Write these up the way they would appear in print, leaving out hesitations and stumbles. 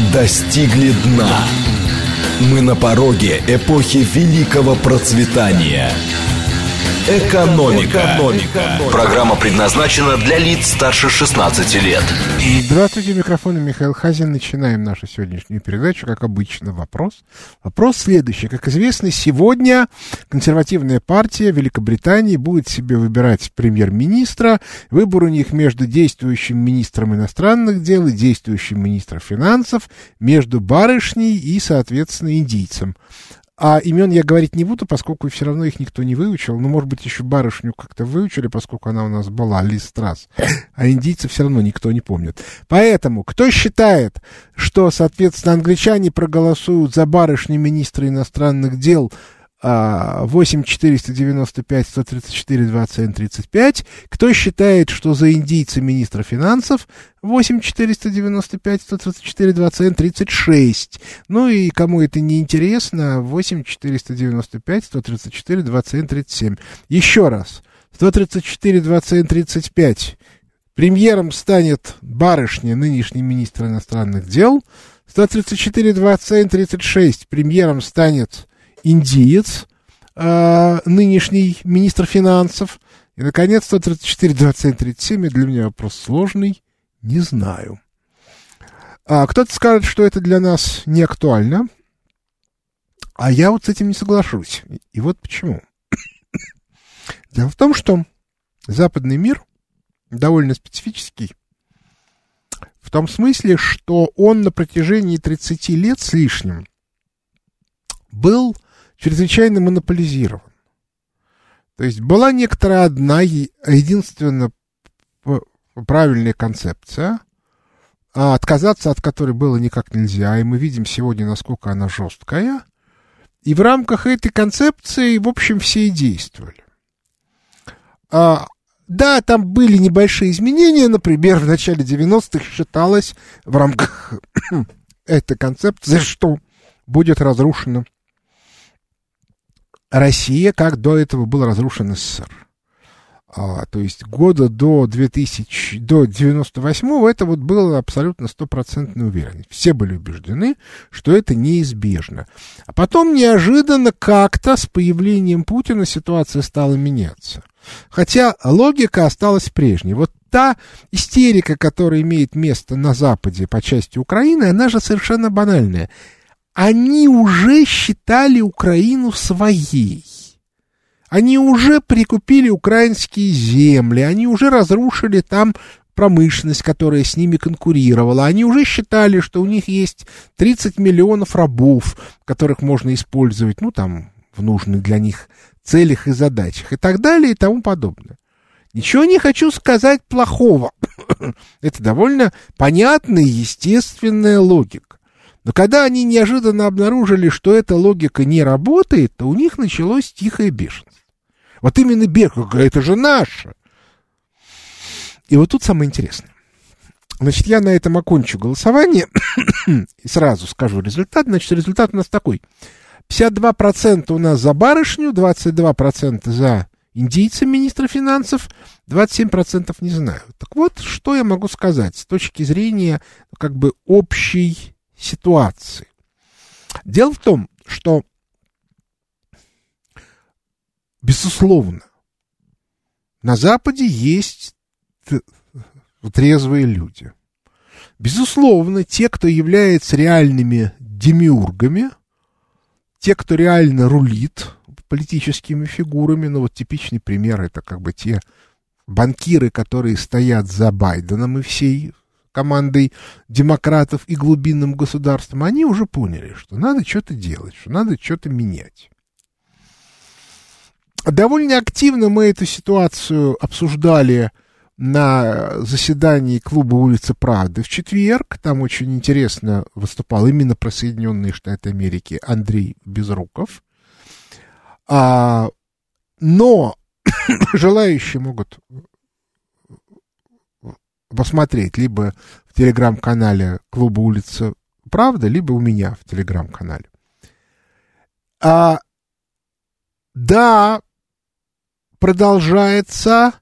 достигли дна. Мы на пороге эпохи великого процветания. Экономика. Программа предназначена для лиц старше 16 лет. Здравствуйте, микрофон Михаил Хазин. Начинаем нашу сегодняшнюю передачу, как обычно, вопрос. Вопрос следующий. Как известно, сегодня консервативная партия Великобритании будет себе выбирать премьер-министра. Выбор у них между действующим министром иностранных дел и действующим министром финансов, между барышней и, соответственно, индийцем. А имен я говорить не буду, поскольку все равно их никто не выучил. Ну, может быть, еще барышню как-то выучили, поскольку она у нас была, Лиз Трасс. А индийцев все равно никто не помнит. Поэтому, кто считает, что, соответственно, англичане проголосуют за барышню министра иностранных дел 8-495-134-21-35, кто считает, что за индийца министра финансов 8-495-134-21-36. Ну и кому это не интересно, 8-495-134-21-37. Еще раз, 134-21-35. Премьером станет барышня, нынешний министр иностранных дел. 134-21-36. Премьером станет индиец, нынешний министр финансов. И, наконец, 134-21-37, для меня вопрос сложный, не знаю. Кто-то скажет, что это для нас не актуально, а я вот с этим не соглашусь. И вот почему. Дело в том, что западный мир довольно специфический, в том смысле, что он на протяжении 30 лет с лишним был чрезвычайно монополизирован. То есть была некоторая одна, единственно правильная концепция, отказаться от которой было никак нельзя, и мы видим сегодня, насколько она жесткая, и в рамках этой концепции, в общем, все и действовали. Да, там были небольшие изменения, например, в начале 90-х считалось в рамках этой концепции, что будет разрушена Россия, как до этого был разрушен СССР. То есть года до 98-го это вот было абсолютно стопроцентной уверенность. Все были убеждены, что это неизбежно. А потом неожиданно как-то с появлением Путина ситуация стала меняться. Хотя логика осталась прежней. Вот та истерика, которая имеет место на Западе по части Украины, она же совершенно банальная. Они уже считали Украину своей. Они уже прикупили украинские земли, они уже разрушили там промышленность, которая с ними конкурировала. Они уже считали, что у них есть 30 миллионов рабов, которых можно использовать, ну, там, в нужных для них целях и задачах, и так далее, и тому подобное. Ничего не хочу сказать плохого. Это довольно понятная, естественная логика. Но когда они неожиданно обнаружили, что эта логика не работает, то у них началось тихое бешенство. Вот именно бешенство, это же наше. И вот тут самое интересное. Значит, я на этом окончу голосование и сразу скажу результат. Значит, результат у нас такой. 52% у нас за барышню, 22% за индийца, министра финансов, 27% не знаю. Так вот, что я могу сказать с точки зрения как бы общей ситуации. Дело в том, что, безусловно, на Западе есть трезвые люди. Безусловно, те, кто является реальными демиургами, те, кто реально рулит политическими фигурами, ну вот типичный пример, это как бы те банкиры, которые стоят за Байденом и всей командой демократов и глубинным государством, они уже поняли, что надо что-то делать, что надо что-то менять. Довольно активно мы эту ситуацию обсуждали на заседании клуба «Улица Правды» в четверг. Там очень интересно выступал именно про Соединенные Штаты Америки Андрей Безруков. Но желающие могут посмотреть либо в телеграм-канале клуба «Улица Правда», либо у меня в телеграм-канале. Да, продолжается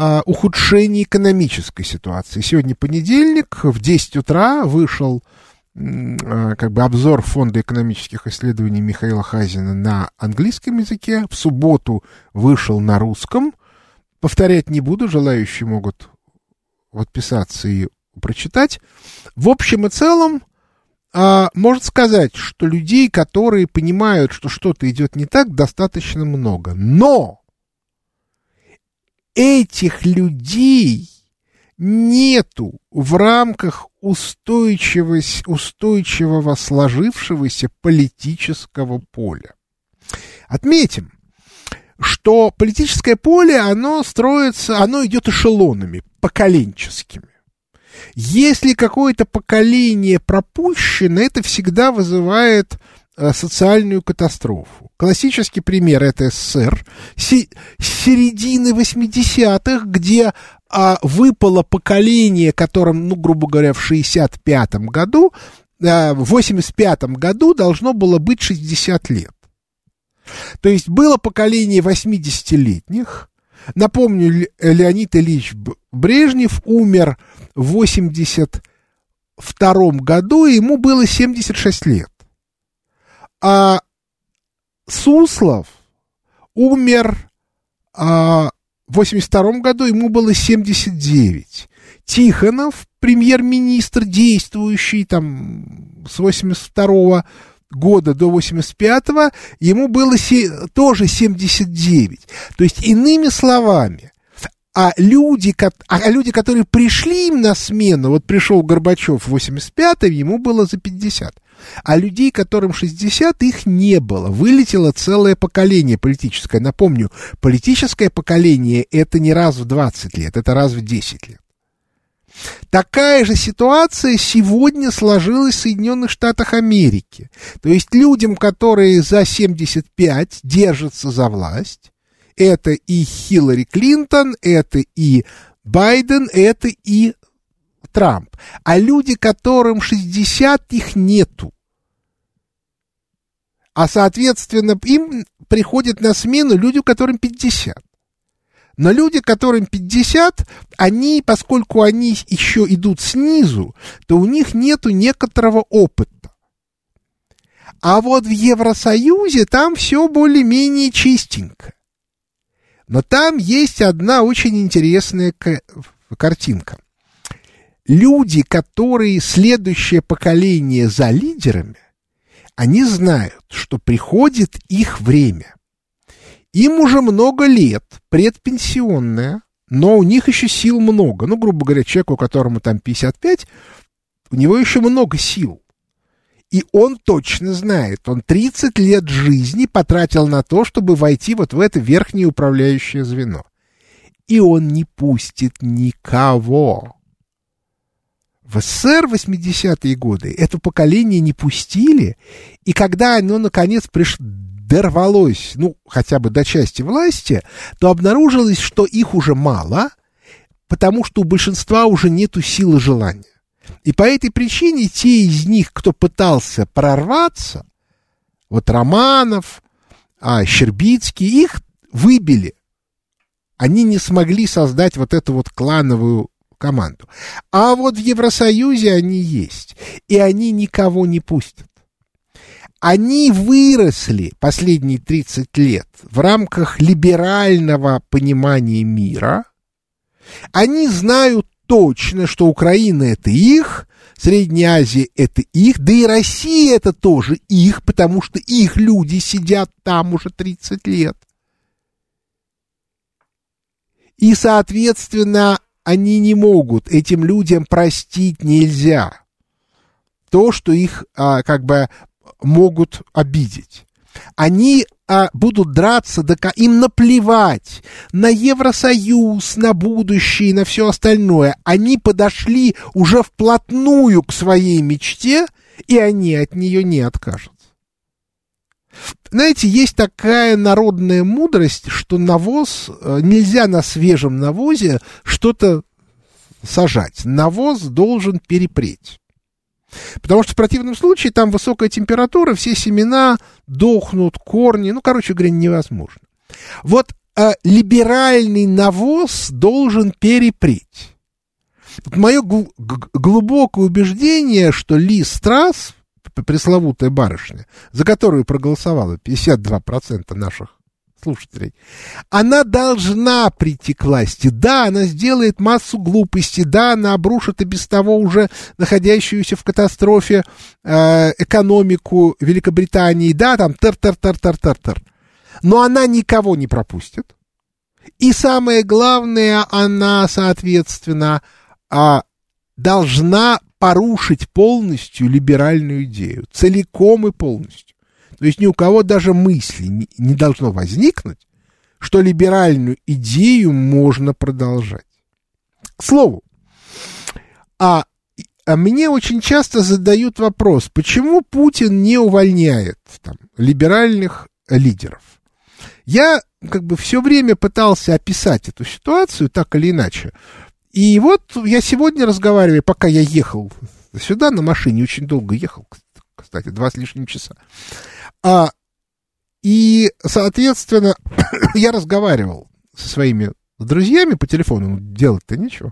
ухудшение экономической ситуации. Сегодня понедельник, в 10 утра вышел как бы обзор Фонда экономических исследований Михаила Хазина на английском языке. В субботу вышел на русском. Повторять не буду, желающие могут подписаться и прочитать. В общем и целом, можно сказать, что людей, которые понимают, что что-то идет не так, достаточно много. Но этих людей нету в рамках устойчивого сложившегося политического поля. Отметим, что политическое поле, оно строится, оно идет эшелонами, поколенческими. Если какое-то поколение пропущено, это всегда вызывает социальную катастрофу. Классический пример — это СССР середины 80-х, где выпало поколение, которым, грубо говоря, в 65-м году, в 85-м году должно было быть 60 лет. То есть было поколение 80-летних. Напомню, Леонид Ильич Брежнев умер в 82-м году, и ему было 76 лет. А Суслов умер в 82-м году, ему было 79. Тихонов, премьер-министр, действующий там с 82-го года до 85-го, ему было тоже 79. То есть, иными словами, люди, которые пришли им на смену, вот пришел Горбачев в 85-м, ему было за 50. А людей, которым 60, их не было. Вылетело целое поколение политическое. Напомню, политическое поколение — это не раз в 20 лет, это раз в 10 лет. Такая же ситуация сегодня сложилась в Соединенных Штатах Америки. То есть людям, которые за 75 держатся за власть, это и Хиллари Клинтон, это и Байден, это и Трамп. А люди, которым 60, их нету. А, соответственно, им приходят на смену люди, которым 50. Но люди, которым 50, они, поскольку они еще идут снизу, то у них нету некоторого опыта. А вот в Евросоюзе там все более-менее чистенько. Но там есть одна очень интересная картинка. Люди, которые следующее поколение за лидерами, они знают, что приходит их время. Им уже много лет, предпенсионное, но у них еще сил много. Грубо говоря, человеку, которому там 55, у него еще много сил. И он точно знает, он 30 лет жизни потратил на то, чтобы войти вот в это верхнее управляющее звено. И он не пустит никого. В СССР в 80-е годы это поколение не пустили, и когда оно, наконец, дорвалось, хотя бы до части власти, то обнаружилось, что их уже мало, потому что у большинства уже нету силы желания. И по этой причине те из них, кто пытался прорваться, вот Романов, Щербицкий, их выбили. Они не смогли создать вот эту вот клановую команду. А вот в Евросоюзе они есть, и они никого не пустят. Они выросли последние 30 лет в рамках либерального понимания мира. Они знают точно, что Украина — это их, Средняя Азия — это их, да и Россия — это тоже их, потому что их люди сидят там уже 30 лет. И, соответственно, они не могут, этим людям простить нельзя то, что их могут обидеть. Они будут драться, им наплевать на Евросоюз, на будущее, на все остальное. Они подошли уже вплотную к своей мечте, и они от нее не откажутся. Знаете, есть такая народная мудрость, что навоз, нельзя на свежем навозе что-то сажать. Навоз должен перепреть. Потому что в противном случае там высокая температура, все семена дохнут, корни, короче говоря, невозможно. Вот либеральный навоз должен перепреть. Мое глубокое убеждение, что Лиз Трасс, пресловутая барышня, за которую проголосовало 52% наших слушателей, она должна прийти к власти. Да, она сделает массу глупостей, да, она обрушит и без того уже находящуюся в катастрофе экономику Великобритании, да, там тар-тар-тар-тар-тар-тар. Но она никого не пропустит. И самое главное, она, соответственно, должна порушить полностью либеральную идею, целиком и полностью. То есть ни у кого даже мысли не должно возникнуть, что либеральную идею можно продолжать. К слову, мне очень часто задают вопрос, почему Путин не увольняет там либеральных лидеров. Я все время пытался описать эту ситуацию так или иначе. И вот я сегодня разговариваю, пока я ехал сюда на машине, очень долго ехал, кстати, 2 с лишним часа. И, соответственно, я разговаривал со своими друзьями по телефону, делать-то нечего.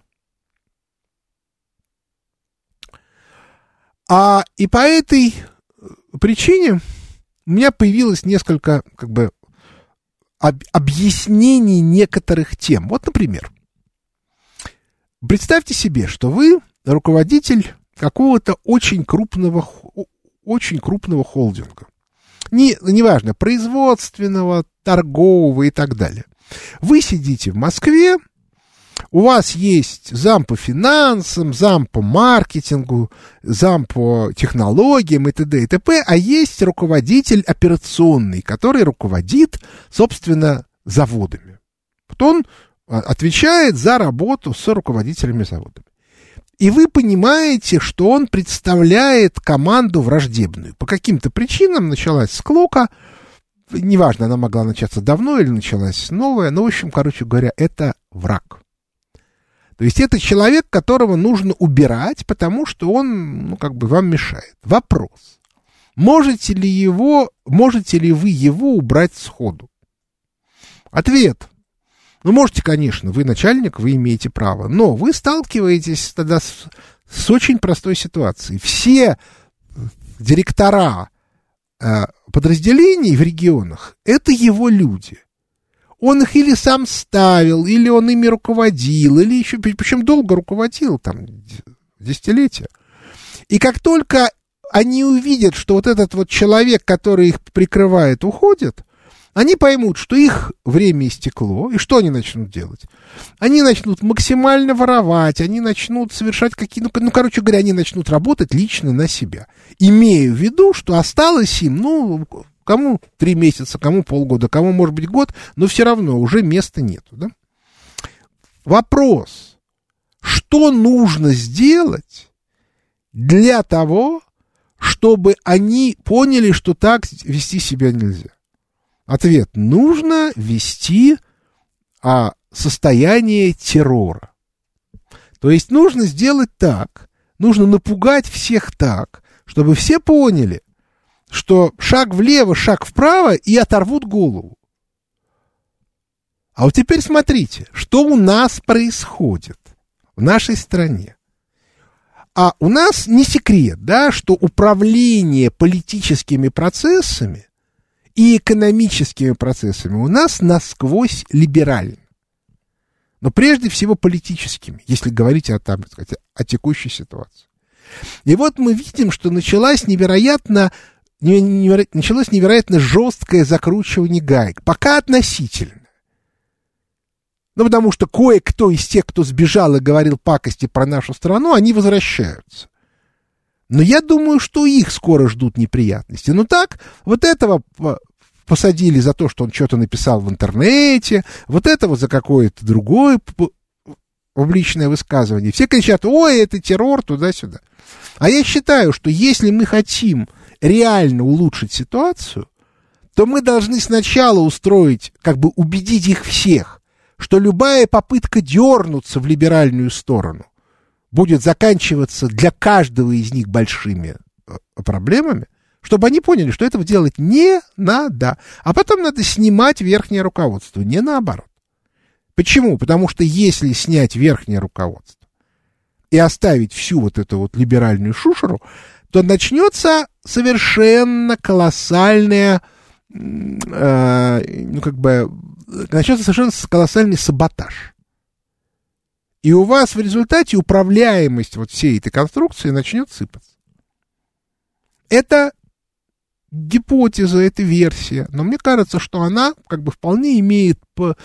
И по этой причине у меня появилось несколько, объяснений некоторых тем. Вот, например, представьте себе, что вы руководитель какого-то очень крупного холдинга. Неважно, производственного, торгового и так далее. Вы сидите в Москве, у вас есть зам по финансам, зам по маркетингу, зам по технологиям и т.д. и т.п., а есть руководитель операционный, который руководит, собственно, заводами. Вот он отвечает за работу с руководителями заводами. И вы понимаете, что он представляет команду враждебную. По каким-то причинам началась склока. Неважно, она могла начаться давно или началась новая. Но, в общем, короче говоря, это враг. То есть это человек, которого нужно убирать, потому что он, вам мешает. Вопрос. Можете ли вы его убрать сходу? Ответ. Можете, конечно, вы начальник, вы имеете право, но вы сталкиваетесь тогда с очень простой ситуацией. Все директора подразделений в регионах — это его люди. Он их или сам ставил, или он ими руководил, или еще, причем долго руководил, десятилетия. И как только они увидят, что вот этот вот человек, который их прикрывает, уходит, они поймут, что их время истекло, и что они начнут делать? Они начнут максимально воровать, они начнут совершать короче говоря, они начнут работать лично на себя, имея в виду, что осталось им, кому 3 месяца, кому полгода, кому, может быть, год, но все равно уже места нету, да? Вопрос, что нужно сделать для того, чтобы они поняли, что так вести себя нельзя? Ответ. Нужно вести состояние террора. То есть нужно сделать так, нужно напугать всех так, чтобы все поняли, что шаг влево, шаг вправо и оторвут голову. А вот теперь смотрите, что у нас происходит в нашей стране. У нас не секрет, да, что управление политическими процессами и экономическими процессами у нас насквозь либерально. Но прежде всего политическими, если говорить о текущей ситуации. И вот мы видим, что началось невероятно жесткое закручивание гаек. Пока относительно. Потому что кое-кто из тех, кто сбежал и говорил пакости про нашу страну, они возвращаются. Но я думаю, что их скоро ждут неприятности. Так, вот этого посадили за то, что он что-то написал в интернете, вот этого за какое-то другое публичное высказывание. Все кричат: ой, это террор, туда-сюда. А я считаю, что если мы хотим реально улучшить ситуацию, то мы должны сначала убедить их всех, что любая попытка дернуться в либеральную сторону будет заканчиваться для каждого из них большими проблемами, чтобы они поняли, что этого делать не надо. А потом надо снимать верхнее руководство, не наоборот. Почему? Потому что если снять верхнее руководство, и оставить всю вот эту вот либеральную шушеру, то начнется совершенно колоссальная, начнется совершенно колоссальный саботаж. И у вас в результате управляемость вот всей этой конструкции начнет сыпаться. Это гипотеза, это версия, но мне кажется, что она как бы вполне имеет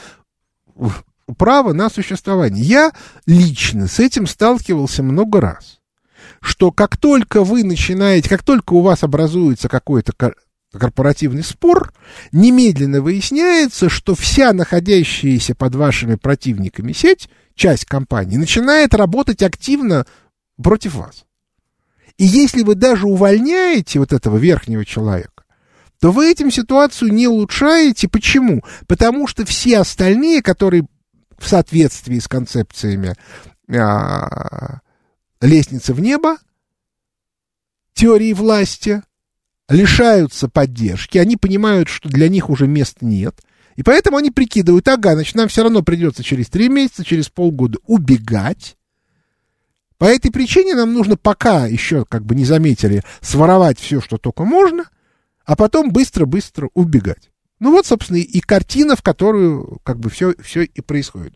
право на существование. Я лично с этим сталкивался много раз, что как только вы начинаете, как только у вас образуется какой-то корпоративный спор, немедленно выясняется, что вся находящаяся под вашими противниками сеть, часть компании, начинает работать активно против вас. И если вы даже увольняете вот этого верхнего человека, то вы этим ситуацию не улучшаете. Почему? Потому что все остальные, которые в соответствии с концепциями лестницы в небо, теории власти, лишаются поддержки, они понимают, что для них уже мест нет, и поэтому они прикидывают, значит, нам все равно придется через 3 месяца, через полгода убегать. По этой причине нам нужно, пока еще как бы не заметили, своровать все, что только можно, а потом быстро-быстро убегать. Ну вот, собственно, и картина, в которую как бы все и происходит.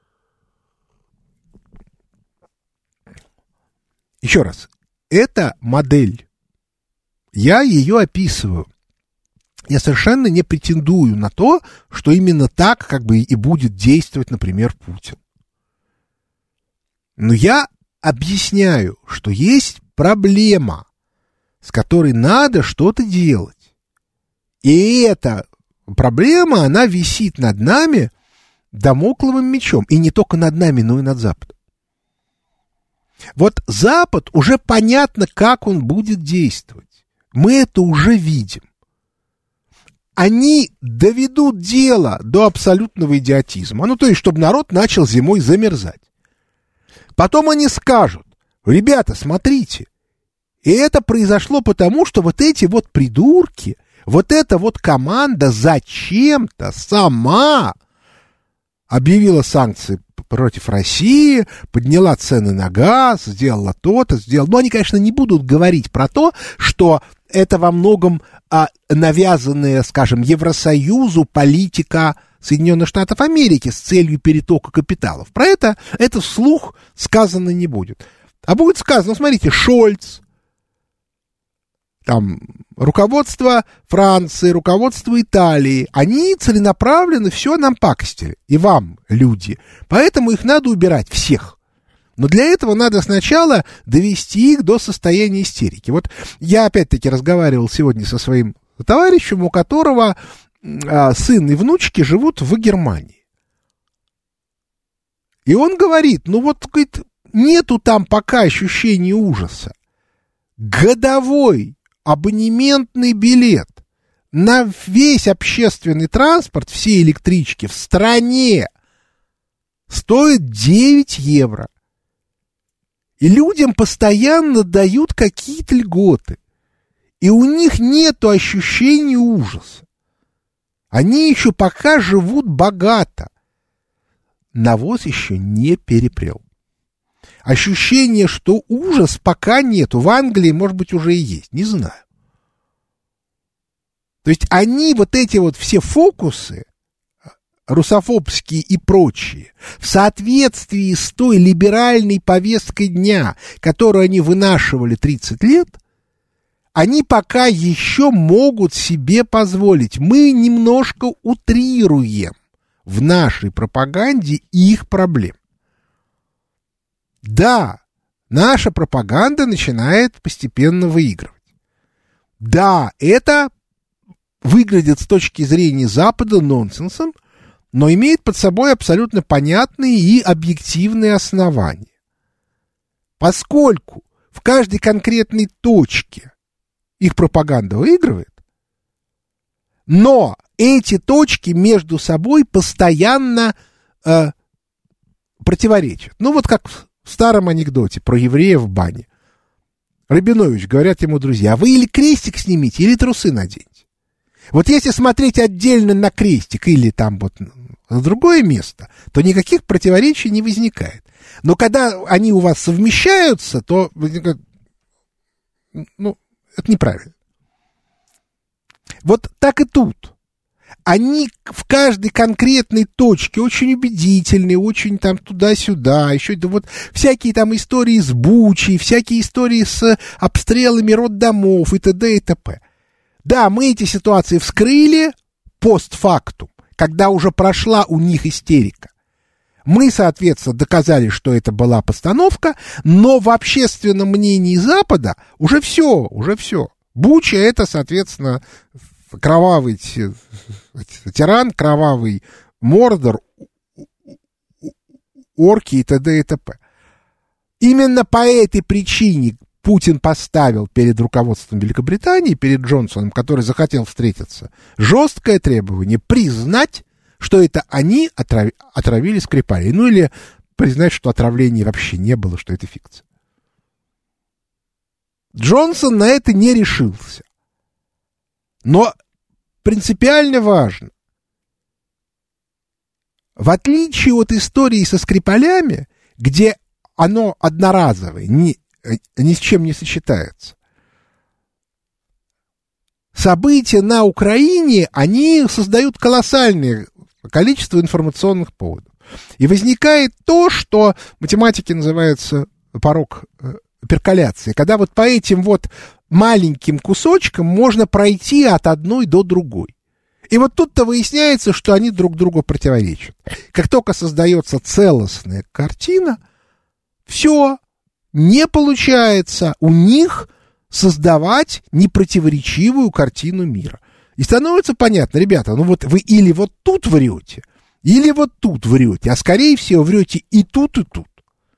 Еще раз, это модель. Я ее описываю. Я совершенно не претендую на то, что именно так как бы и будет действовать, например, Путин. Но я объясняю, что есть проблема, с которой надо что-то делать. И эта проблема, она висит над нами дамокловым мечом. И не только над нами, но и над Западом. Вот Запад, уже понятно, как он будет действовать. Мы это уже видим. Они доведут дело до абсолютного идиотизма. Ну, то есть, чтобы народ начал зимой замерзать. Потом они скажут: ребята, смотрите, и это произошло потому, что вот эти вот придурки, вот эта вот команда зачем-то сама объявила санкции против России, подняла цены на газ, сделала то-то, сделала... Но они, конечно, не будут говорить про то, что это во многом навязанная, скажем, Евросоюзу политика Соединенных Штатов Америки с целью перетока капиталов. Про это вслух сказано не будет. А будет сказано, смотрите, Шольц, там, руководство Франции, руководство Италии, они целенаправленно все нам пакостили, и вам, люди. Поэтому их надо убирать, всех. Но для этого надо сначала довести их до состояния истерики. Вот я опять-таки разговаривал сегодня со своим товарищем, у которого сын и внучки живут в Германии. И он говорит, ну вот, говорит, нету там пока ощущения ужаса. Годовой абонементный билет на весь общественный транспорт, все электрички в стране стоит 9 евро. И людям постоянно дают какие-то льготы. И у них нету ощущения ужаса. Они еще пока живут богато. Навоз еще не перепрел. Ощущение, что ужас пока нету. В Англии, может быть, уже и есть. Не знаю. То есть они вот эти вот все фокусы, русофобские и прочие, в соответствии с той либеральной повесткой дня, которую они вынашивали 30 лет, они пока еще могут себе позволить. Мы немножко утрируем в нашей пропаганде их проблем. Да, наша пропаганда начинает постепенно выигрывать. Да, это выглядит с точки зрения Запада нонсенсом, но имеет под собой абсолютно понятные и объективные основания. Поскольку в каждой конкретной точке их пропаганда выигрывает, но эти точки между собой постоянно противоречат. Ну, вот как в старом анекдоте про еврея в бане. Рабинович, говорят ему друзья, а вы или крестик снимите, или трусы наденьте. Вот если смотреть отдельно на крестик или там вот на другое место, то никаких противоречий не возникает. Но когда они у вас совмещаются, то возникает, ну, это неправильно. Вот так и тут. Они в каждой конкретной точке очень убедительны, очень там туда-сюда, еще да вот всякие там истории с Бучей, всякие истории с обстрелами роддомов и т.д. и т.п. Да, мы эти ситуации вскрыли постфактум, когда уже прошла у них истерика. Мы, соответственно, доказали, что это была постановка, но в общественном мнении Запада уже все. Буча — это, соответственно, кровавый тиран, кровавый Мордор, орки и т.д. и т.п. Именно по этой причине Путин поставил перед руководством Великобритании, перед Джонсоном, который захотел встретиться, жесткое требование признать, что это они отравили Скрипалей. Ну или признать, что отравления вообще не было, что это фикция. Джонсон на это не решился. Но принципиально важно, в отличие от истории со Скрипалями, где оно одноразовое, ни с чем не сочетается, события на Украине, они создают колоссальное количество информационных поводов. И возникает то, что в математике называется порог перколяции, когда вот по этим вот маленьким кусочкам можно пройти от одной до другой. И вот тут-то выясняется, что они друг другу противоречат. Как только создается целостная картина, все, не получается у них создавать непротиворечивую картину мира. И становится понятно, ребята, ну вот вы или вот тут врете, или вот тут врете, а скорее всего врете и тут, и тут.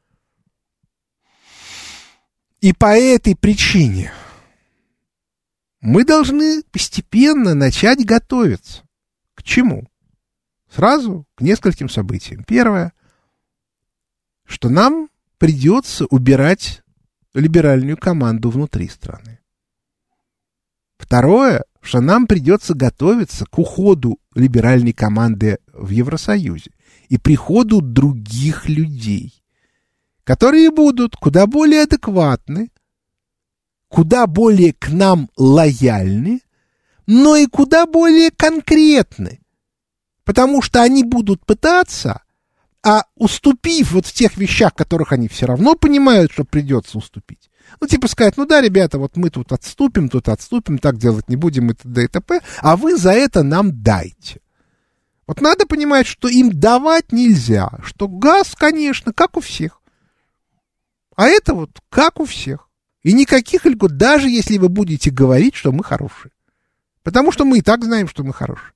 И по этой причине мы должны постепенно начать готовиться. К чему? Сразу к нескольким событиям. Первое, что нам придется убирать либеральную команду внутри страны. Второе, что нам придется готовиться к уходу либеральной команды в Евросоюзе и приходу других людей, которые будут куда более адекватны, куда более к нам лояльны, но и куда более конкретны, потому что они будут пытаться, а уступив вот в тех вещах, которых они все равно понимают, что придется уступить, ну, типа сказать, ну да, ребята, вот мы тут отступим, так делать не будем, и т.д. и т.п., а вы за это нам дайте. Вот надо понимать, что им давать нельзя, что газ, конечно, как у всех, а это вот как у всех. И никаких льгот, даже если вы будете говорить, что мы хорошие. Потому что мы и так знаем, что мы хорошие.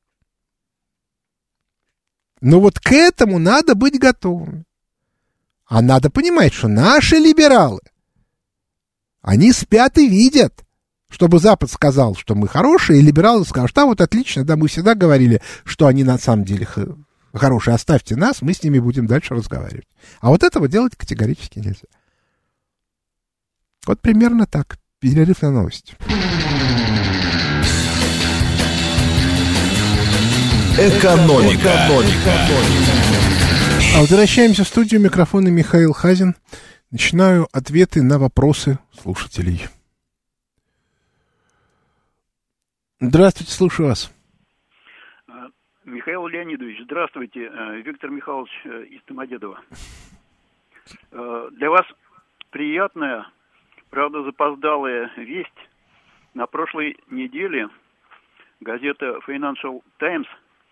Но вот к этому надо быть готовыми. А надо понимать, что наши либералы, они спят и видят, чтобы Запад сказал, что мы хорошие, и либералы скажут, а вот отлично, да, мы всегда говорили, что они на самом деле хорошие, оставьте нас, мы с ними будем дальше разговаривать. А вот этого делать категорически нельзя. Вот примерно так. Перерыв на новости. Экономика. Возвращаемся в студию. Микрофон и Михаил Хазин. Начинаю ответы на вопросы слушателей. Здравствуйте, слушаю вас. Михаил Леонидович, здравствуйте. Виктор Михайлович из Домодедово. Для вас приятная, правда, запоздалая весть. На прошлой неделе газета Financial Times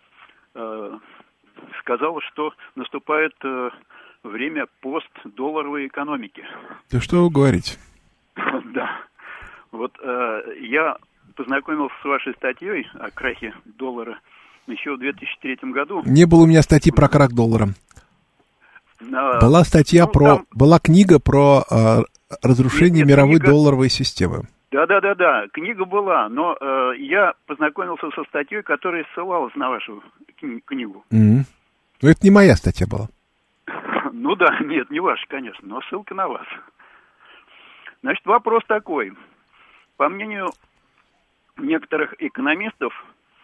сказала, что наступает время постдолларовой экономики. Да что вы говорите? Да. Вот я познакомился с вашей статьей о крахе доллара еще в 2003 году. Не было у меня статьи про крах доллара. Была статья была книга про разрушение мировой долларовой системы. Да, книга была, но я познакомился со статьей, которая ссылалась на вашу книгу. Mm-hmm. Но это не моя статья была. Ну да, нет, не ваша, конечно, но ссылка на вас. Значит, вопрос такой. По мнению некоторых экономистов,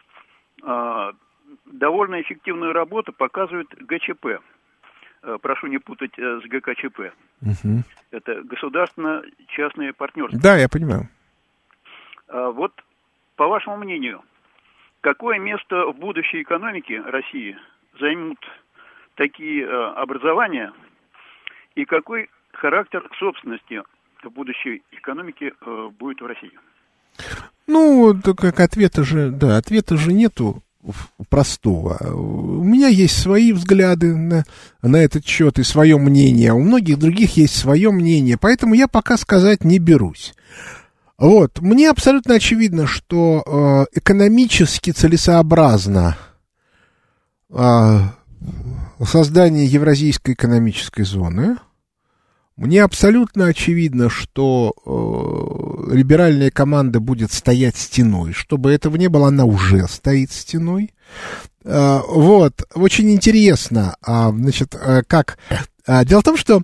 довольно эффективную работу показывает ГЧП. Прошу не путать с ГКЧП. Угу. Это государственно-частное партнерство. Да, я понимаю. Вот, по вашему мнению, какое место в будущей экономике России займут такие образования и какой характер собственности в будущей экономике будет в России? Ну, как ответа же нету простого. У меня есть свои взгляды на этот счет и свое мнение, а у многих других есть свое мнение, поэтому я пока сказать не берусь. Вот, мне абсолютно очевидно, что экономически целесообразно создание Евразийской экономической зоны. Мне абсолютно очевидно, что либеральная команда будет стоять стеной. Чтобы этого не было, она уже стоит стеной. Вот, очень интересно, значит, как... Дело в том, что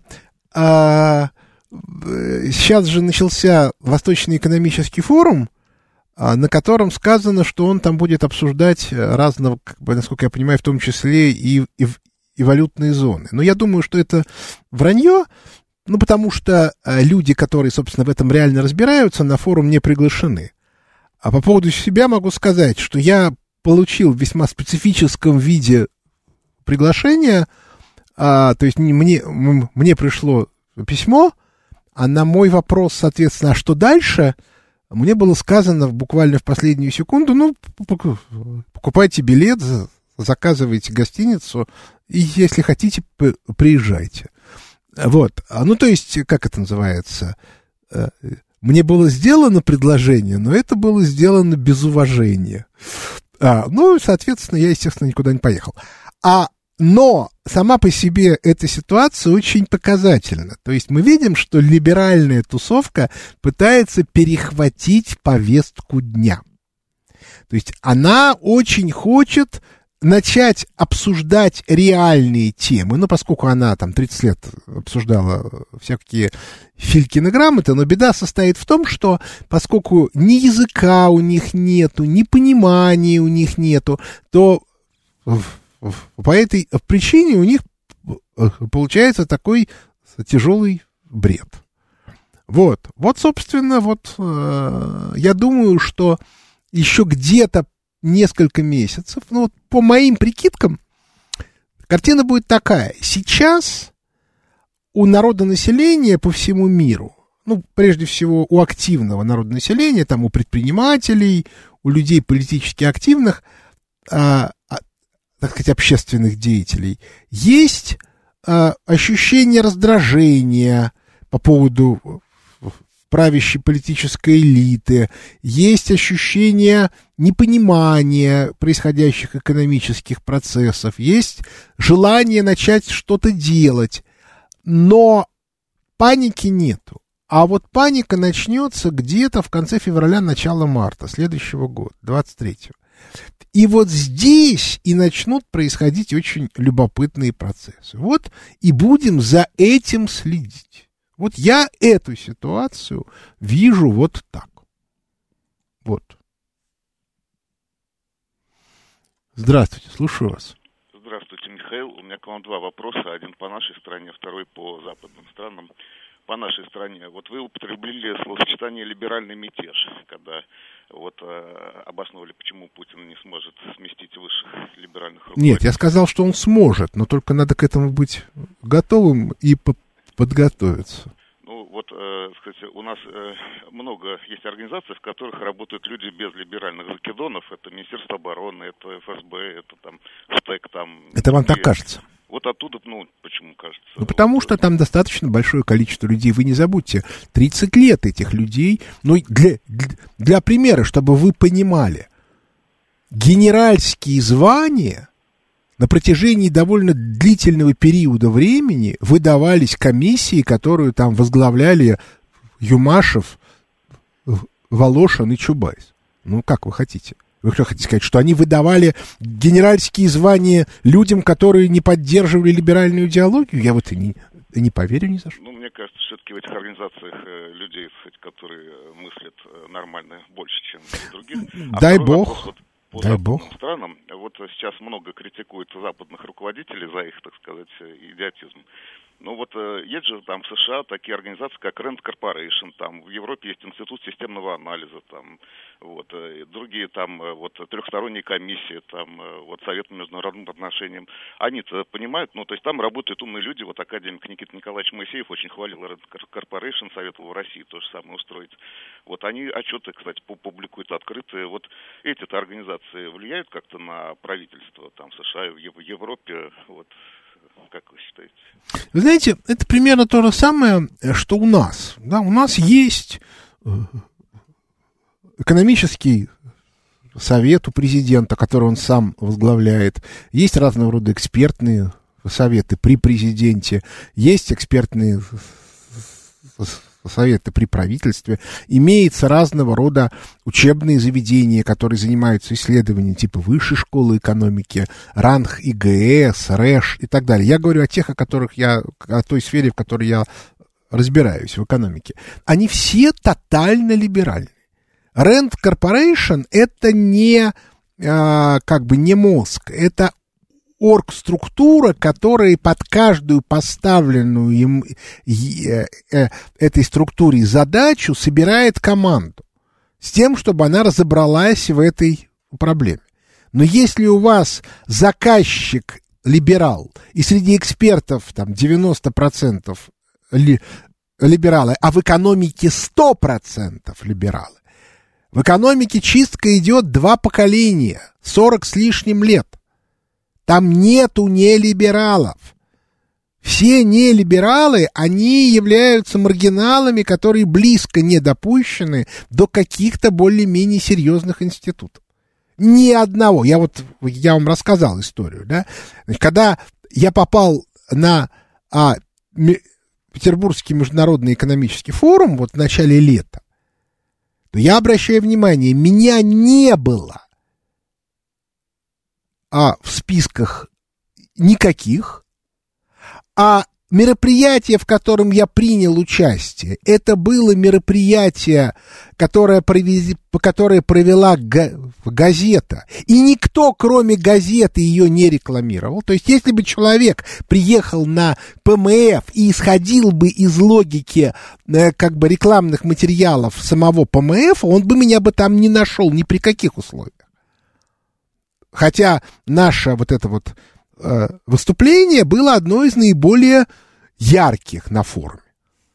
сейчас же начался Восточный экономический форум, на котором сказано, что он там будет обсуждать разного, как бы, насколько я понимаю, в том числе и валютные зоны. Но я думаю, что это вранье. Ну, потому что люди, которые, собственно, в этом реально разбираются, на форум не приглашены. А по поводу себя могу сказать, что я получил в весьма специфическом виде приглашение, то есть мне пришло письмо, а на мой вопрос, соответственно, а что дальше, мне было сказано буквально в последнюю секунду, ну, покупайте билет, заказывайте гостиницу, и если хотите, приезжайте. Вот, ну, то есть, как это называется, мне было сделано предложение, но это было сделано без уважения. Ну, соответственно, я, естественно, никуда не поехал. Но сама по себе эта ситуация очень показательна. То есть мы видим, что либеральная тусовка пытается перехватить повестку дня. То есть она очень хочет начать обсуждать реальные темы, ну, поскольку она там 30 лет обсуждала всякие Филькины грамоты, но беда состоит в том, что поскольку ни языка у них нету, ни понимания у них нету, то по этой причине у них получается такой тяжелый бред. Вот, собственно, я думаю, что еще где-то несколько месяцев, ну, вот по моим прикидкам, картина будет такая. Сейчас у народонаселения по всему миру, ну, прежде всего у активного народонаселения, там у предпринимателей, у людей политически активных, так сказать, общественных деятелей, есть ощущение раздражения по поводу правящей политической элиты, есть ощущение непонимания происходящих экономических процессов, есть желание начать что-то делать, но паники нету. А вот паника начнется где-то в конце февраля, начало марта следующего года, 23-го. И вот здесь и начнут происходить очень любопытные процессы. Вот и будем за этим следить. Вот я эту ситуацию вижу вот так. Вот. Здравствуйте, слушаю вас. Здравствуйте, Михаил. У меня к вам два вопроса. Один по нашей стране, второй по западным странам. По нашей стране. Вот вы употребили словосочетание «либеральный мятеж», когда обосновывали, почему Путин не сможет сместить высших либеральных руководителей. Нет, я сказал, что он сможет, но только надо к этому быть готовым и подготовиться. Ну, вот, кстати, у нас много есть организаций, в которых работают люди без либеральных закидонов. Это Министерство обороны, это ФСБ, это там СТЭК, там... Это вам так кажется? Вот оттуда, почему кажется? Ну, потому что там достаточно большое количество людей. Вы не забудьте, 30 лет этих людей. Ну, для примера, чтобы вы понимали, генеральские звания на протяжении довольно длительного периода времени выдавались комиссии, которую там возглавляли Юмашев, Волошин и Чубайс. Ну, как вы хотите? Вы что хотите сказать, что они выдавали генеральские звания людям, которые не поддерживали либеральную идеологию? Я вот и не поверю ни за что. Ну, мне кажется, все-таки в этих организациях людей, которые мыслят нормально больше, чем других. Дай бог. по Дай западным бог. странам. Вот сейчас много критикуют западных руководителей за их, так сказать, идиотизм. Ну вот есть же там в США такие организации, как Rand Corporation, там в Европе есть Институт системного анализа, там вот и другие там вот трехсторонние комиссии, там вот Совет по международным отношениям. Они-то понимают, ну то есть там работают умные люди, вот академик Никита Николаевич Моисеев очень хвалил Rand Corporation, советовал в России то же самое устроить. Вот они отчеты, кстати, публикуют открытые. Вот эти-то организации влияют как-то на правительство там США, в Европе, вот. Как вы считаете? Вы знаете, это примерно то же самое, что у нас. Да, у нас есть экономический совет у президента, который он сам возглавляет. Есть разного рода экспертные советы при президенте. Есть экспертные советы при правительстве, имеется разного рода учебные заведения, которые занимаются исследованием типа высшей школы экономики, РАНХ, ИГС, РЭШ и так далее. Я говорю о тех, о той сфере, в которой я разбираюсь в экономике. Они все тотально либеральны. Rand Corporation это не мозг, это оргструктура, которая под каждую поставленную им этой структуре задачу собирает команду с тем, чтобы она разобралась в этой проблеме. Но если у вас заказчик либерал, и среди экспертов там 90% либералы, а в экономике 100% либералы, в экономике чистка идет 2 поколения, 40 с лишним лет. Там нету нелибералов. Все нелибералы, они являются маргиналами, которые близко не допущены до каких-то более-менее серьезных институтов. Ни одного. Я вам рассказал историю, да? Значит, когда я попал на Петербургский международный экономический форум вот в начале лета, то я обращаю внимание, меня не было в списках никаких, а мероприятие, в котором я принял участие, это было мероприятие, которое провела газета, и никто, кроме газеты, ее не рекламировал. То есть, если бы человек приехал на ПМФ и исходил бы из логики рекламных материалов самого ПМФ, он бы меня там не нашел ни при каких условиях. Хотя наше выступление было одно из наиболее ярких на форуме.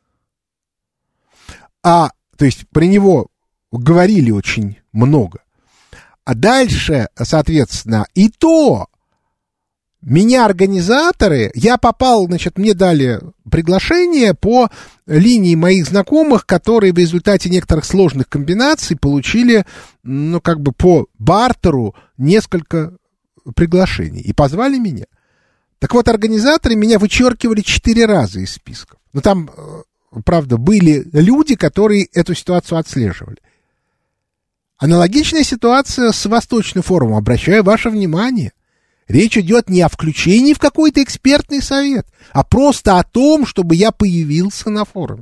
То есть про него говорили очень много. А дальше, соответственно, и то меня организаторы, я попал, мне дали приглашение по линии моих знакомых, которые в результате некоторых сложных комбинаций получили, по бартеру несколько приглашений и позвали меня. Так вот, организаторы меня вычеркивали 4 раза из списков. Но там, правда, были люди, которые эту ситуацию отслеживали. Аналогичная ситуация с Восточным форумом. Обращаю ваше внимание. Речь идет не о включении в какой-то экспертный совет, а просто о том, чтобы я появился на форуме.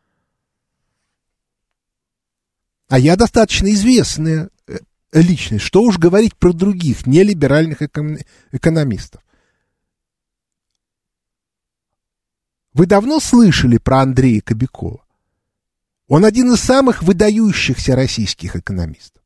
А я достаточно известная личность. Что уж говорить про других нелиберальных экономистов. Вы давно слышали про Андрея Кобякова? Он один из самых выдающихся российских экономистов.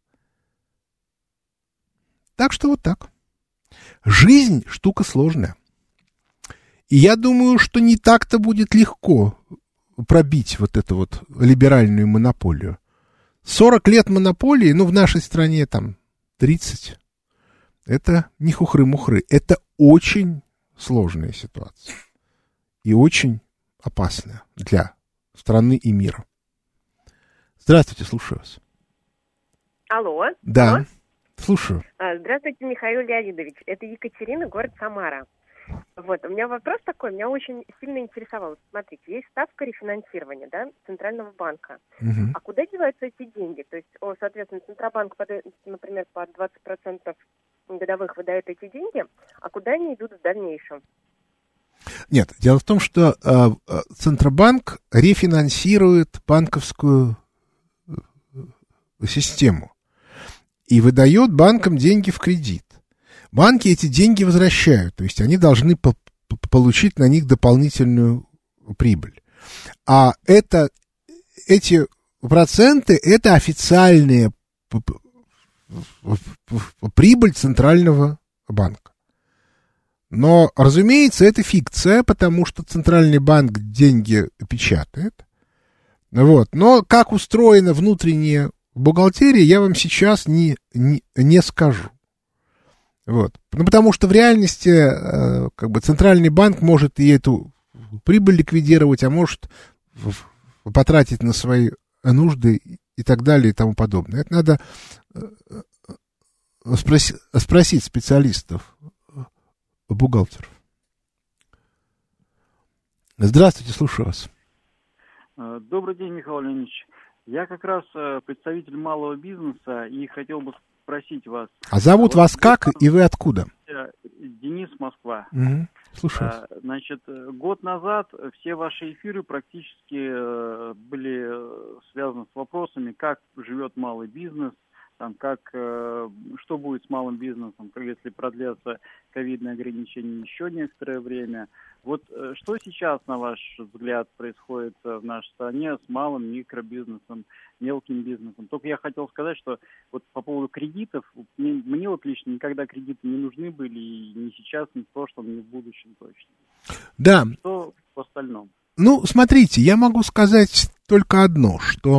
Так что вот так. Жизнь — штука сложная. И я думаю, что не так-то будет легко пробить эту либеральную монополию. 40 лет монополии, в нашей стране 30. Это не хухры-мухры. Это очень сложная ситуация. И очень опасная для страны и мира. Здравствуйте, слушаю вас. Алло. Да. Алло. Слушаю. Здравствуйте, Михаил Леонидович. Это Екатерина, город Самара. У меня вопрос такой, меня очень сильно интересовал. Смотрите, есть ставка рефинансирования, Центрального банка. Угу. А куда деваются эти деньги? То есть, соответственно, Центробанк, например, по 20% годовых выдает эти деньги, а куда они идут в дальнейшем? Нет, дело в том, что Центробанк рефинансирует банковскую систему. и выдает банкам деньги в кредит. Банки эти деньги возвращают, то есть они должны получить на них дополнительную прибыль. А эти проценты — это официальная прибыль Центрального банка. Но, разумеется, это фикция, потому что Центральный банк деньги печатает. Вот. Но как устроена внутренняя бухгалтерия, я вам сейчас не скажу. Вот. Ну, потому что в реальности как бы Центральный банк может и эту прибыль ликвидировать, а может потратить на свои нужды и так далее и тому подобное. Это надо спросить специалистов, бухгалтеров. Здравствуйте, слушаю вас. Добрый день, Михаил Леонидович. Я как раз представитель малого бизнеса и хотел бы спросить вас. А зовут вас как и вы откуда? Денис, Москва. Угу. Слушаю вас. Значит, год назад все ваши эфиры практически были связаны с вопросами, как живет малый бизнес, там, что будет с малым бизнесом, если продлятся ковидные ограничения еще некоторое время. Вот что сейчас, на ваш взгляд, происходит в нашей стране с малым микробизнесом, мелким бизнесом? Только я хотел сказать, что вот по поводу кредитов, мне вот лично никогда кредиты не нужны были, и ни сейчас, ни в прошлом, ни в будущем точно. Да. Что в остальном? Ну, смотрите, я могу сказать только одно, что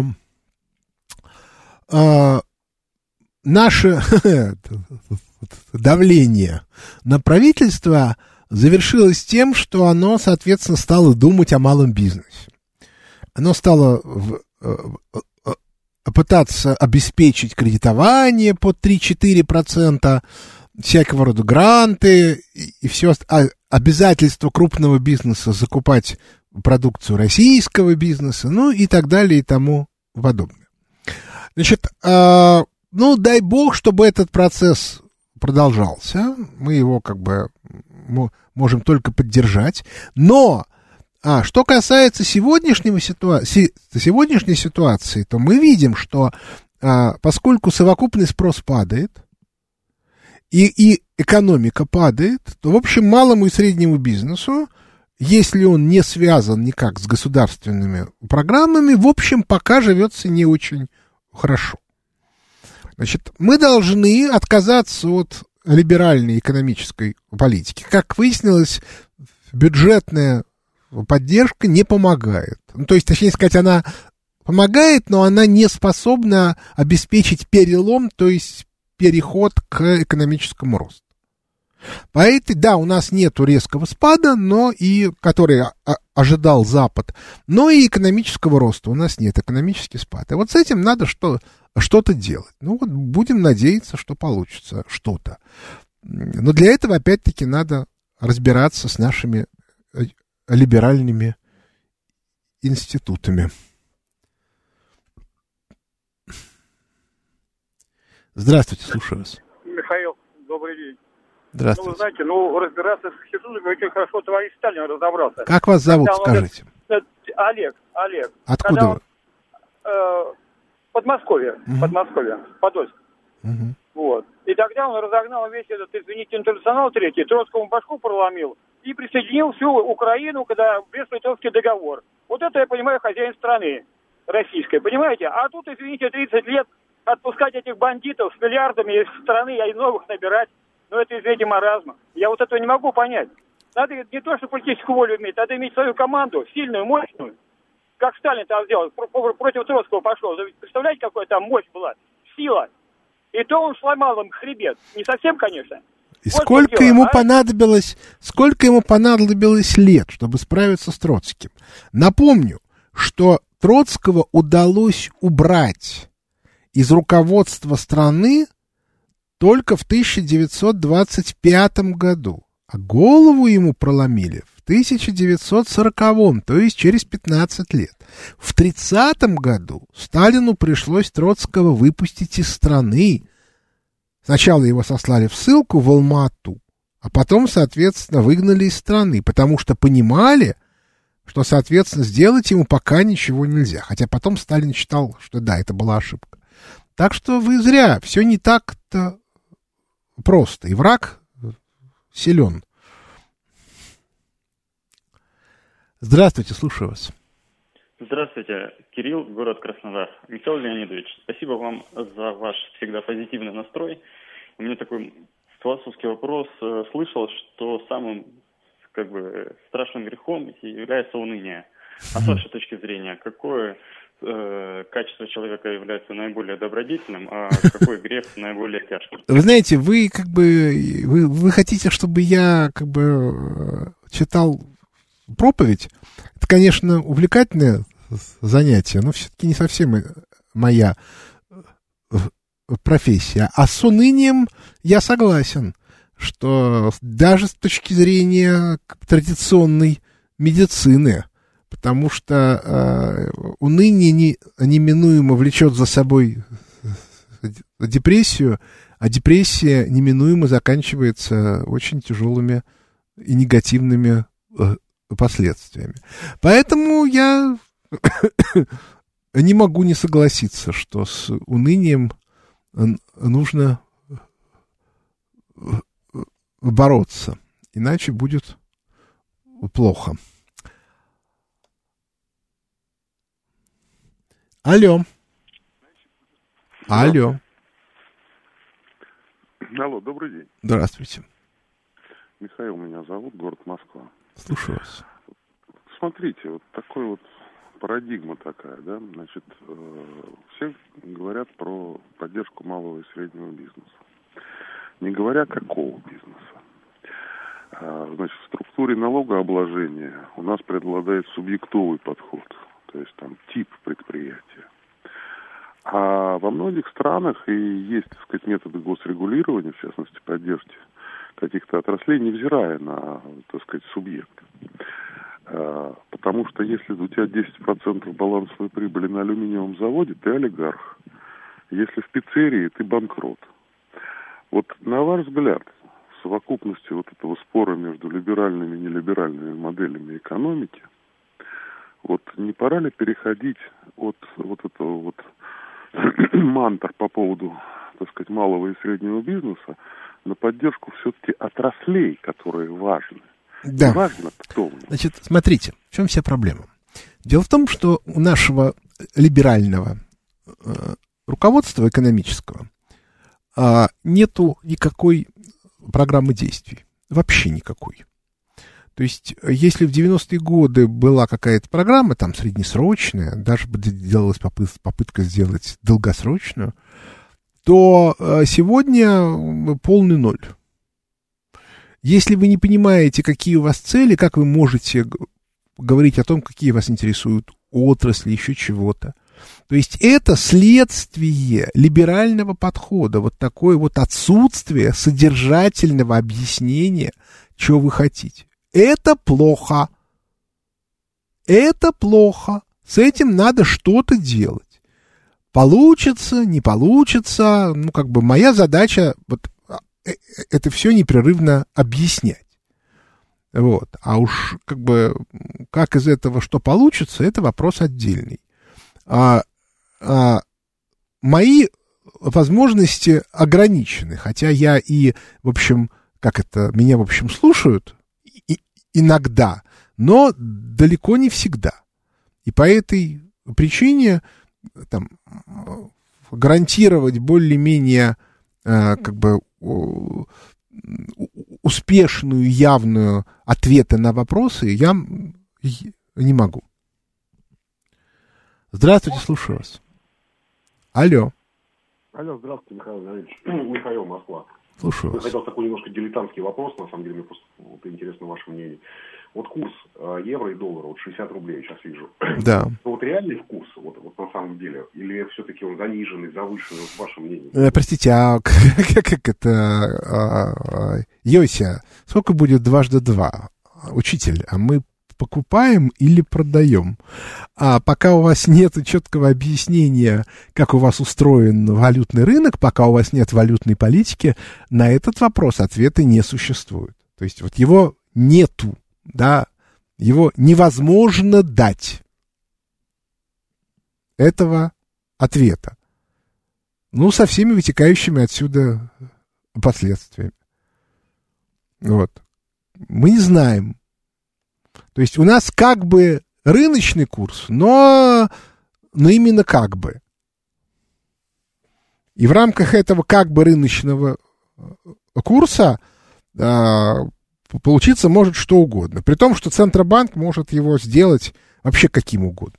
наше давление на правительство завершилось тем, что оно, соответственно, стало думать о малом бизнесе. Оно стало пытаться обеспечить кредитование под 3-4%, всякого рода гранты и все обязательства крупного бизнеса закупать продукцию российского бизнеса, ну и так далее и тому подобное. Значит, ну, дай бог, чтобы этот процесс продолжался. Мы его как бы можем только поддержать. Но, что касается сегодняшней ситуации, то мы видим, что поскольку совокупный спрос падает, и экономика падает, то, в общем, малому и среднему бизнесу, если он не связан никак с государственными программами, в общем, пока живется не очень хорошо. Значит, мы должны отказаться от либеральной экономической политики. Как выяснилось, бюджетная поддержка не помогает. Ну, то есть, точнее сказать, она помогает, но она не способна обеспечить перелом, то есть переход к экономическому росту. Поэтому, да, у нас нет резкого спада, но и, который ожидал Запад, но и экономического роста у нас нет, экономический спад. И вот с этим надо что-то делать. Ну вот будем надеяться, что получится что-то. Но для этого, опять-таки, надо разбираться с нашими либеральными институтами. Здравствуйте, слушаю вас. Михаил, добрый день. Здравствуйте. Ну, вы знаете, разбираться с институтами очень хорошо товарищ Сталин разобрался. Как вас зовут, скажите? Олег. Откуда вы? Подмосковье, Подольск. Угу. Вот. И тогда он разогнал весь этот, извините, интернационал третий, Троцкому башку проломил и присоединил всю Украину, когда Брест-Литовский договор. Вот это, я понимаю, хозяин страны российской, понимаете? А тут, извините, 30 лет отпускать этих бандитов с миллиардами из страны, а и новых набирать. Ну, это, извините, маразм. Я вот этого не могу понять. Надо не то, что политическую волю иметь, надо иметь свою команду, сильную, мощную. Как Сталин там сделал, против Троцкого пошел. Представляете, какая там мощь была, сила. И то он сломал им хребет. Не совсем, конечно. И вот сколько ему понадобилось лет, чтобы справиться с Троцким? Напомню, что Троцкого удалось убрать из руководства страны только в 1925 году, а голову ему проломили в 1940-м, то есть через 15 лет. В 1930 году Сталину пришлось Троцкого выпустить из страны. Сначала его сослали в ссылку в Алма-Ату, а потом, соответственно, выгнали из страны, потому что понимали, что, соответственно, сделать ему пока ничего нельзя. Хотя потом Сталин считал, что да, это была ошибка. Так что вы зря, все не так-то просто, и враг силен. Здравствуйте, слушаю вас. Здравствуйте, Кирилл, город Краснодар. Михаил Леонидович, спасибо вам за ваш всегда позитивный настрой. У меня такой философский вопрос. Слышал, что самым страшным грехом является уныние. А с вашей точки зрения, какое качество человека является наиболее добродетельным, а какой грех наиболее тяжким? Вы знаете, вы хотите, чтобы я читал проповедь? Это, конечно, увлекательное занятие, но все-таки не совсем моя профессия. А с унынием я согласен, что даже с точки зрения традиционной медицины, потому что уныние неминуемо влечет за собой депрессию, а депрессия неминуемо заканчивается очень тяжелыми и негативными последствиями. Поэтому я не могу не согласиться, что с унынием нужно бороться, иначе будет плохо. Алло. Алло. Алло, добрый день. Здравствуйте. Михаил меня зовут, город Москва. Слушаю вас. Смотрите, вот такой вот парадигма такая, да, значит, все говорят про поддержку малого и среднего бизнеса. Не говоря, какого бизнеса. Значит, в структуре налогообложения у нас преобладает субъектовый подход, то есть там тип предприятия. А во многих странах и есть, так сказать, методы госрегулирования, в частности, поддержки каких-то отраслей, невзирая на, так сказать, субъект. Потому что если у тебя 10% балансовой прибыли на алюминиевом заводе, ты олигарх. Если в пиццерии, ты банкрот. Вот на ваш взгляд, в совокупности вот этого спора между либеральными и нелиберальными моделями экономики, вот не пора ли переходить от вот этого вот мантр по поводу, так сказать, малого и среднего бизнеса на поддержку все-таки отраслей, которые важны? Да. Важно, кто. Значит, смотрите, в чем вся проблема. Дело в том, что у нашего либерального руководства экономического нету никакой программы действий. Вообще никакой. То есть, если в 90-е годы была какая-то программа, там, среднесрочная, даже делалась попытка сделать долгосрочную, то сегодня полный ноль. Если вы не понимаете, какие у вас цели, как вы можете говорить о том, какие вас интересуют отрасли, еще чего-то. То есть это следствие либерального подхода, вот такое вот отсутствие содержательного объяснения, чего вы хотите. Это плохо. Это плохо. С этим надо что-то делать. Получится, не получится. Моя задача вот это все непрерывно объяснять. Вот. А уж как из этого что получится, это вопрос отдельный. Мои возможности ограничены, хотя я и, в общем, меня, в общем, слушают иногда, но далеко не всегда. И по этой причине гарантировать более-менее успешную, явную ответы на вопросы я не могу. Здравствуйте, слушаю вас. Алло. Алло, здравствуйте, Михаил Леонидович. Михаил, Москва. Слушаю вас. Я хотел такой немножко дилетантский вопрос, на самом деле, мне просто интересно ваше мнение. Вот курс евро и доллара, 60 рублей сейчас вижу. Да. Вот реальный курс, вот на самом деле, или все-таки он заниженный, завышенный, ваше мнение? Простите, как это, Йося, сколько будет дважды два? Учитель, а мы покупаем или продаем? А пока у вас нет четкого объяснения, как у вас устроен валютный рынок, пока у вас нет валютной политики, на этот вопрос ответа не существует. То есть вот его нету, да, его невозможно дать этого ответа. Ну, со всеми вытекающими отсюда последствиями. Вот. Мы не знаем. То есть у нас как бы рыночный курс, но именно как бы. И в рамках этого как бы рыночного курса получиться может что угодно. При том, что Центробанк может его сделать вообще каким угодно.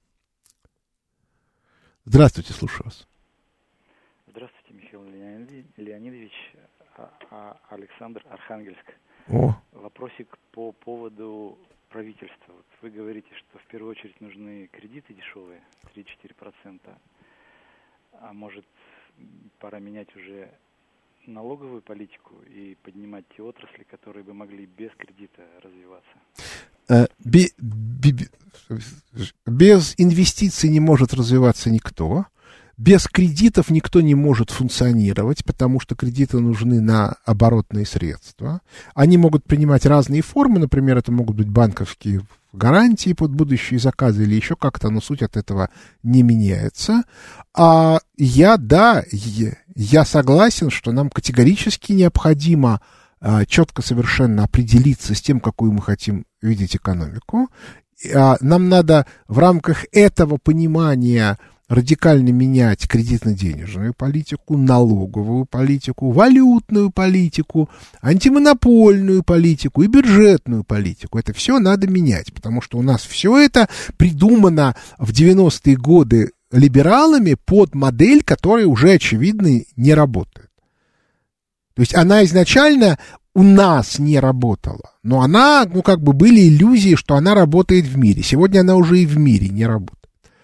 Здравствуйте, слушаю вас. Здравствуйте, Михаил Леонидович. Александр, Архангельск. О. Вопросик по поводу правительства. Вот вы говорите, что в первую очередь нужны кредиты дешевые, 3-4%. А может, пора менять уже налоговую политику и поднимать те отрасли, которые бы могли без кредита развиваться? Без инвестиций не может развиваться никто. Без кредитов никто не может функционировать, потому что кредиты нужны на оборотные средства. Они могут принимать разные формы, например, это могут быть банковские гарантии под будущие заказы или еще как-то, но суть от этого не меняется. А я согласен, что нам категорически необходимо четко совершенно определиться с тем, какую мы хотим видеть экономику. Нам надо в рамках этого понимания радикально менять кредитно-денежную политику, налоговую политику, валютную политику, антимонопольную политику и бюджетную политику. Это все надо менять, потому что у нас все это придумано в 90-е годы либералами под модель, которая уже, очевидно, не работает. То есть она изначально у нас не работала, но она, были иллюзии, что она работает в мире. Сегодня она уже и в мире не работает.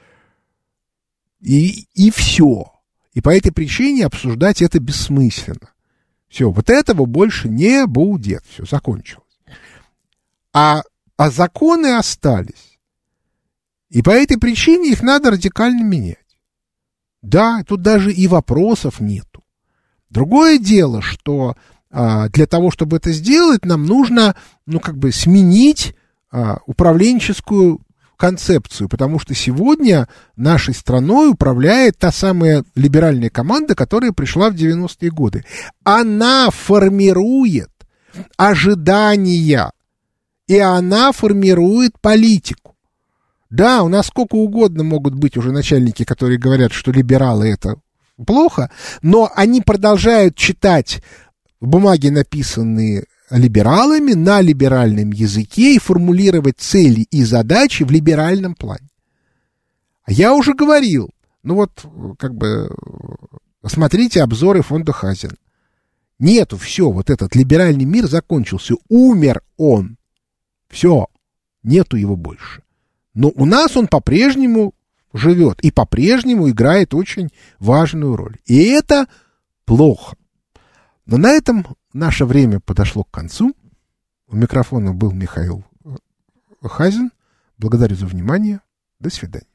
И все. И по этой причине обсуждать это бессмысленно. Все, вот этого больше не будет. Все, закончилось. А законы остались. И по этой причине их надо радикально менять. Да, тут даже и вопросов нету. Другое дело, что для того, чтобы это сделать, нам нужно, сменить управленческую концепцию, потому что сегодня нашей страной управляет та самая либеральная команда, которая пришла в 90-е годы. Она формирует ожидания, и она формирует политику. Да, у нас сколько угодно могут быть уже начальники, которые говорят, что либералы это плохо, но они продолжают читать бумаги, написанные либералами на либеральном языке, и формулировать цели и задачи в либеральном плане. Я уже говорил, смотрите обзоры фонда Хазин. Нету, все, вот этот либеральный мир закончился, умер он. Все, нету его больше. Но у нас он по-прежнему живет и по-прежнему играет очень важную роль. И это плохо. Но на этом наше время подошло к концу. У микрофона был Михаил Хазин. Благодарю за внимание. До свидания.